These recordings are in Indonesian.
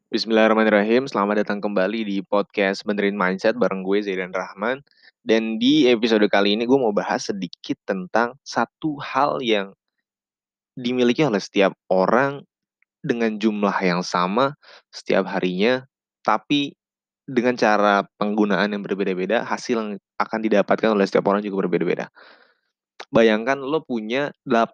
Bismillahirrahmanirrahim, selamat datang kembali di podcast Benerin Mindset bareng gue Zaidan Rahman. Dan di episode kali ini gue mau bahas sedikit tentang satu hal yang dimiliki oleh setiap orang dengan jumlah yang sama setiap harinya, tapi dengan cara penggunaan yang berbeda-beda, hasil yang akan didapatkan oleh setiap orang juga berbeda-beda. Bayangkan lo punya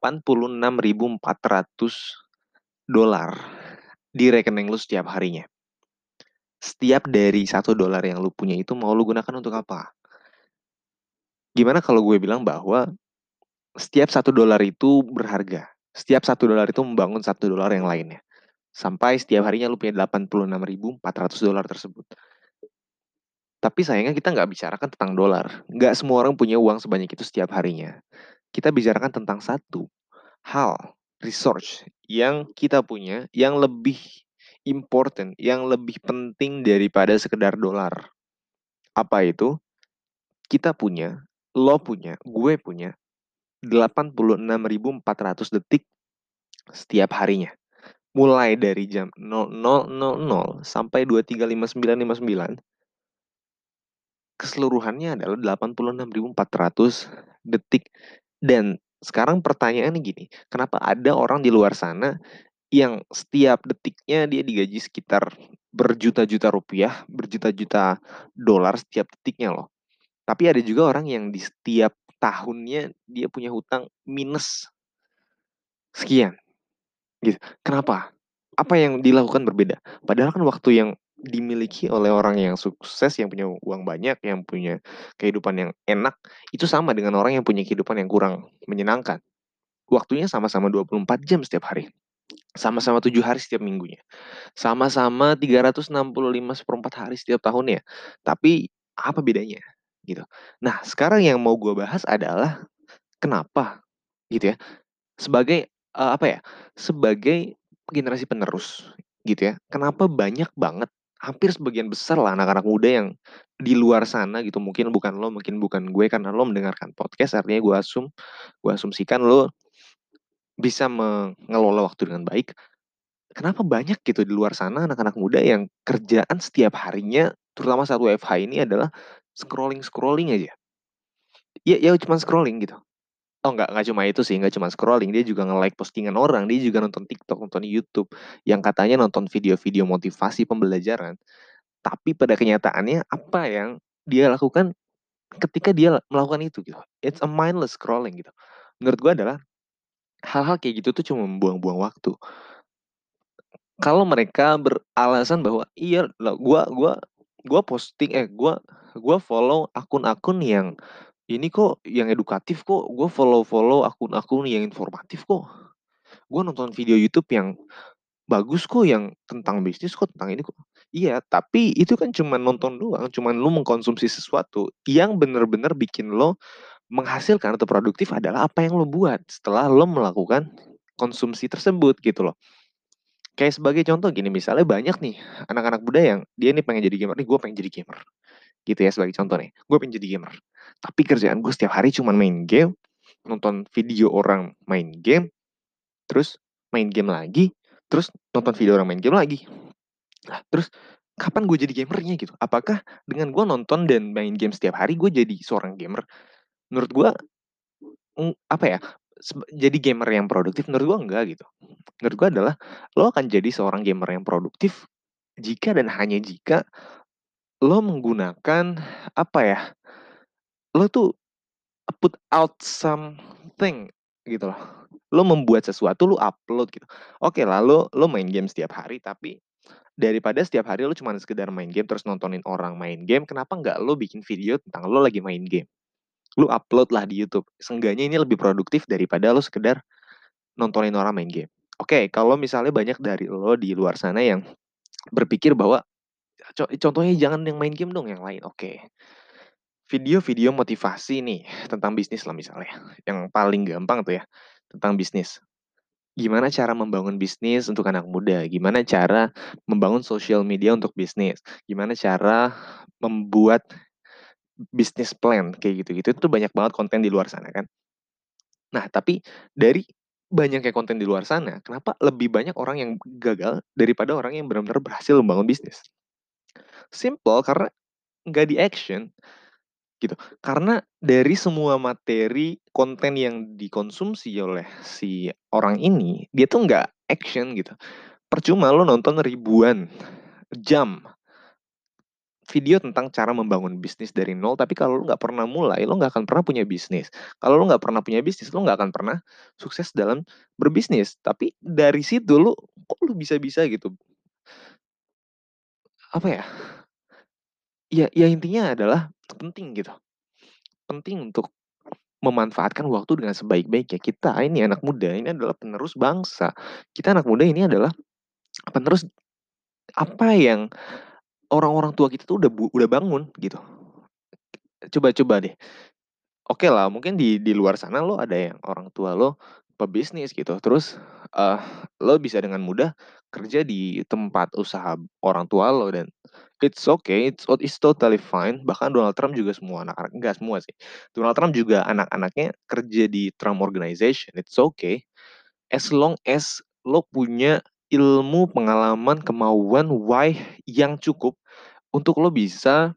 86.400 dolar di rekening lo setiap harinya. Setiap dari $1 yang lu punya itu mau lu gunakan untuk apa? Gimana kalau gue bilang bahwa setiap $1 itu berharga. Setiap $1 itu membangun $1 yang lainnya. Sampai setiap harinya lu punya $86.400 tersebut. Tapi sayangnya kita nggak bicarakan tentang dolar. Nggak semua orang punya uang sebanyak itu setiap harinya. Kita bicarakan tentang satu hal, resource yang kita punya, yang lebih important, yang lebih penting daripada sekedar dolar. Apa itu? Kita punya, lo punya, gue punya 86.400 detik setiap harinya. Mulai dari jam 00.00 sampai 23.59.59, keseluruhannya adalah 86.400 detik. Dan sekarang pertanyaannya gini, kenapa ada orang di luar sana yang setiap detiknya dia digaji sekitar berjuta-juta rupiah, berjuta-juta dolar setiap detiknya loh. Tapi ada juga orang yang di setiap tahunnya dia punya hutang minus sekian gitu. Kenapa? Apa yang dilakukan berbeda? Padahal kan waktu yang dimiliki oleh orang yang sukses, yang punya uang banyak, yang punya kehidupan yang enak, itu sama dengan orang yang punya kehidupan yang kurang menyenangkan. Waktunya sama-sama 24 jam setiap hari. Sama-sama 7 hari setiap minggunya. Sama-sama 365 seperempat hari setiap tahunnya. Tapi apa bedanya? Gitu. Nah, sekarang yang mau gue bahas adalah kenapa gitu ya. Sebagai apa ya? Sebagai generasi penerus gitu ya. Kenapa banyak banget hampir sebagian besar lah anak-anak muda yang di luar sana gitu, mungkin bukan lo, mungkin bukan gue, karena lo mendengarkan podcast artinya gue asumsikan lo bisa mengelola waktu dengan baik. Kenapa banyak gitu di luar sana anak-anak muda yang kerjaan setiap harinya, terutama saat WFH ini adalah scrolling aja. Ya, ya cuma scrolling gitu. Oh, nggak cuma itu sih, nggak cuma scrolling, dia juga nge-like postingan orang, dia juga nonton TikTok, nonton YouTube, yang katanya nonton video-video motivasi pembelajaran. Tapi pada kenyataannya apa yang dia lakukan ketika dia melakukan itu gitu? It's a mindless scrolling gitu. Menurut gue adalah hal-hal kayak gitu tuh cuma membuang-buang waktu. Kalau mereka beralasan bahwa iya lah, gua posting, gua follow akun-akun yang ini kok, yang edukatif kok, gue follow akun-akun yang informatif kok, gue nonton video YouTube yang bagus kok, yang tentang bisnis kok, tentang ini kok. Iya, tapi itu kan cuma nonton doang, cuma lu mengkonsumsi sesuatu. Yang bener-bener bikin lo menghasilkan atau produktif adalah apa yang lo buat setelah lo melakukan konsumsi tersebut gitu loh. Kayak sebagai contoh gini, misalnya banyak nih anak-anak muda yang dia nih pengen jadi gamer, nih gue pengen jadi gamer. Gitu ya, sebagai contoh nih, gue pengen jadi gamer. Tapi kerjaan gue setiap hari cuma main game, nonton video orang main game, terus main game lagi, terus nonton video orang main game lagi. Nah, terus kapan gue jadi gamernya gitu? Apakah dengan gue nonton dan main game setiap hari gue jadi seorang gamer? Menurut gue apa ya? Jadi gamer yang produktif menurut gue enggak gitu. Menurut gue adalah lo akan jadi seorang gamer yang produktif jika dan hanya jika lo menggunakan apa ya? Lo tuh put out something gitu loh. Lo membuat sesuatu, lo upload gitu. Oke lah, lo main game setiap hari, tapi daripada setiap hari lo cuma sekedar main game terus nontonin orang main game, kenapa nggak lo bikin video tentang lo lagi main game? Lo upload lah di YouTube. Seenggaknya ini lebih produktif daripada lo sekedar nontonin orang main game. Oke, kalau misalnya banyak dari lo di luar sana yang berpikir bahwa contohnya jangan yang main game dong, yang lain. Oke. Video-video motivasi nih tentang bisnis lah misalnya. Yang paling gampang tuh ya, tentang bisnis. Gimana cara membangun bisnis untuk anak muda? Gimana cara membangun sosial media untuk bisnis? Gimana cara membuat bisnis plan kayak gitu-gitu? Itu banyak banget konten di luar sana kan. Nah, tapi dari banyaknya konten di luar sana, kenapa lebih banyak orang yang gagal daripada orang yang benar-benar berhasil membangun bisnis? Simple, karena nggak di-action gitu. Karena dari semua materi konten yang dikonsumsi oleh si orang ini, dia tuh nggak action gitu. Percuma lo nonton ribuan jam video tentang cara membangun bisnis dari nol, tapi kalau lo nggak pernah mulai, lo nggak akan pernah punya bisnis. Kalau lo nggak pernah punya bisnis, lo nggak akan pernah sukses dalam berbisnis. Tapi dari situ lo, kok lo bisa-bisa gitu? Apa ya? Ya intinya adalah penting gitu. Penting untuk memanfaatkan waktu dengan sebaik-baiknya. Kita ini anak muda, ini adalah penerus bangsa. Kita anak muda ini adalah penerus apa yang orang-orang tua kita tuh udah bangun gitu. Coba-coba deh. Oke lah, mungkin di luar sana lo ada yang orang tua lo pebisnis gitu. Terus eh lo bisa dengan mudah kerja di tempat usaha orang tua lo, dan it's okay, it's totally fine. Bahkan Donald Trump juga semua anak-anak, enggak semua sih. Donald Trump juga anak-anaknya kerja di Trump Organization. It's okay. As long as lo punya ilmu, pengalaman, kemauan, why yang cukup untuk lo bisa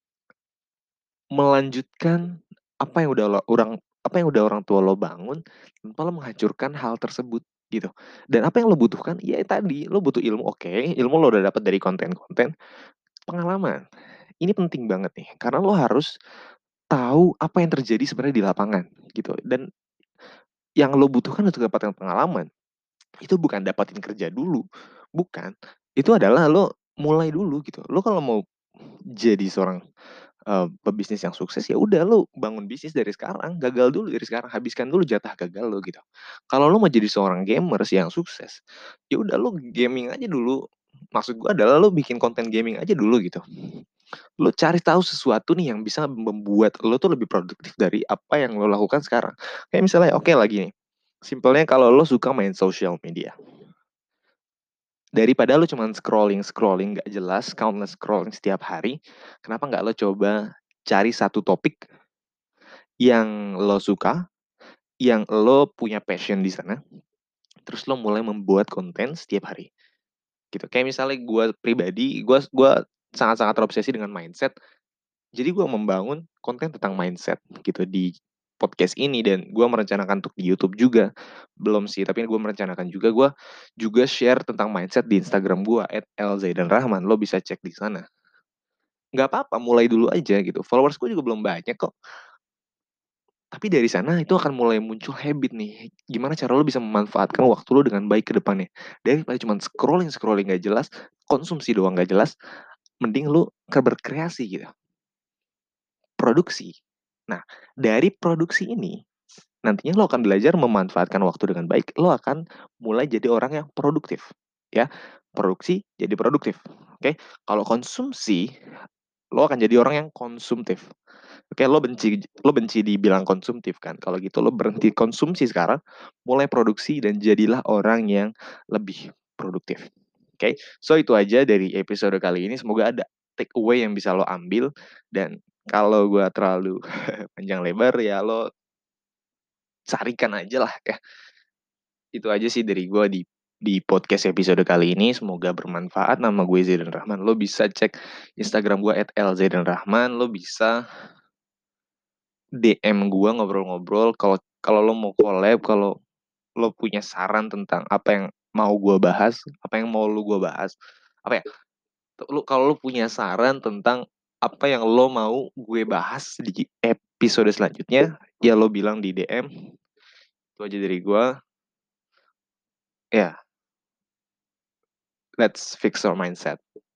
melanjutkan apa yang udah orang tua lo bangun, tanpa lo menghancurkan hal tersebut gitu. Dan apa yang lo butuhkan, ya tadi lo butuh ilmu, oke, ilmu lo udah dapat dari konten-konten, pengalaman. Ini penting banget nih, karena lo harus tahu apa yang terjadi sebenarnya di lapangan gitu. Dan yang lo butuhkan untuk dapatkan pengalaman itu bukan dapatin kerja dulu, bukan. Itu adalah lo mulai dulu gitu. Lo kalau mau jadi seorang pebisnis yang sukses, ya udah lo bangun bisnis dari sekarang, gagal dulu dari sekarang, habiskan dulu jatah gagal lo gitu. Kalau lo mau jadi seorang gamers yang sukses, ya udah lo gaming aja dulu. Maksud gua adalah lo bikin konten gaming aja dulu gitu. Lo cari tahu sesuatu nih yang bisa membuat lo tuh lebih produktif dari apa yang lo lakukan sekarang. Kayak misalnya, oke lagi nih, simpelnya kalau lo suka main social media, daripada lo cuman scrolling nggak jelas, countless scrolling setiap hari, kenapa nggak lo coba cari satu topik yang lo suka, yang lo punya passion di sana, terus lo mulai membuat konten setiap hari gitu. Kayak misalnya gue pribadi, gue sangat-sangat terobsesi dengan mindset. Jadi gue membangun konten tentang mindset gitu di podcast ini, dan gue merencanakan untuk di YouTube juga. Belum sih, tapi gue merencanakan juga, gue juga share tentang mindset di Instagram gue @lzaidanrahman. Lo bisa cek di sana. Nggak apa-apa, mulai dulu aja gitu. Followers gue juga belum banyak kok. Tapi dari sana itu akan mulai muncul habit nih. Gimana cara lo bisa memanfaatkan waktu lo dengan baik ke depannya. Daripada cuma scrolling gak jelas, konsumsi doang gak jelas, mending lo berkreasi gitu. Produksi. Nah, dari produksi ini, nantinya lo akan belajar memanfaatkan waktu dengan baik. Lo akan mulai jadi orang yang produktif. Ya, produksi jadi produktif. Oke, kalau konsumsi, lo akan jadi orang yang konsumtif. Oke, lo benci dibilang konsumtif kan? Kalau gitu lo berhenti konsumsi sekarang, mulai produksi dan jadilah orang yang lebih produktif. Oke, so itu aja dari episode kali ini. Semoga ada take away yang bisa lo ambil, dan kalau gue terlalu panjang lebar ya lo carikan aja lah ya. Itu aja sih dari gue di podcast episode kali ini. Semoga bermanfaat. Nama gue Zaidan Rahman. Lo bisa cek Instagram gue @lzaidanrahman. Lo bisa DM gue ngobrol-ngobrol. Kalau lo mau collab, kalau lo punya saran tentang apa yang mau gue bahas, apa yang mau lo gue bahas, apa ya? Kalau lo punya saran tentang apa yang lo mau gue bahas di episode selanjutnya, ya lo bilang di DM. Itu aja dari gue. Ya, let's fix our mindset.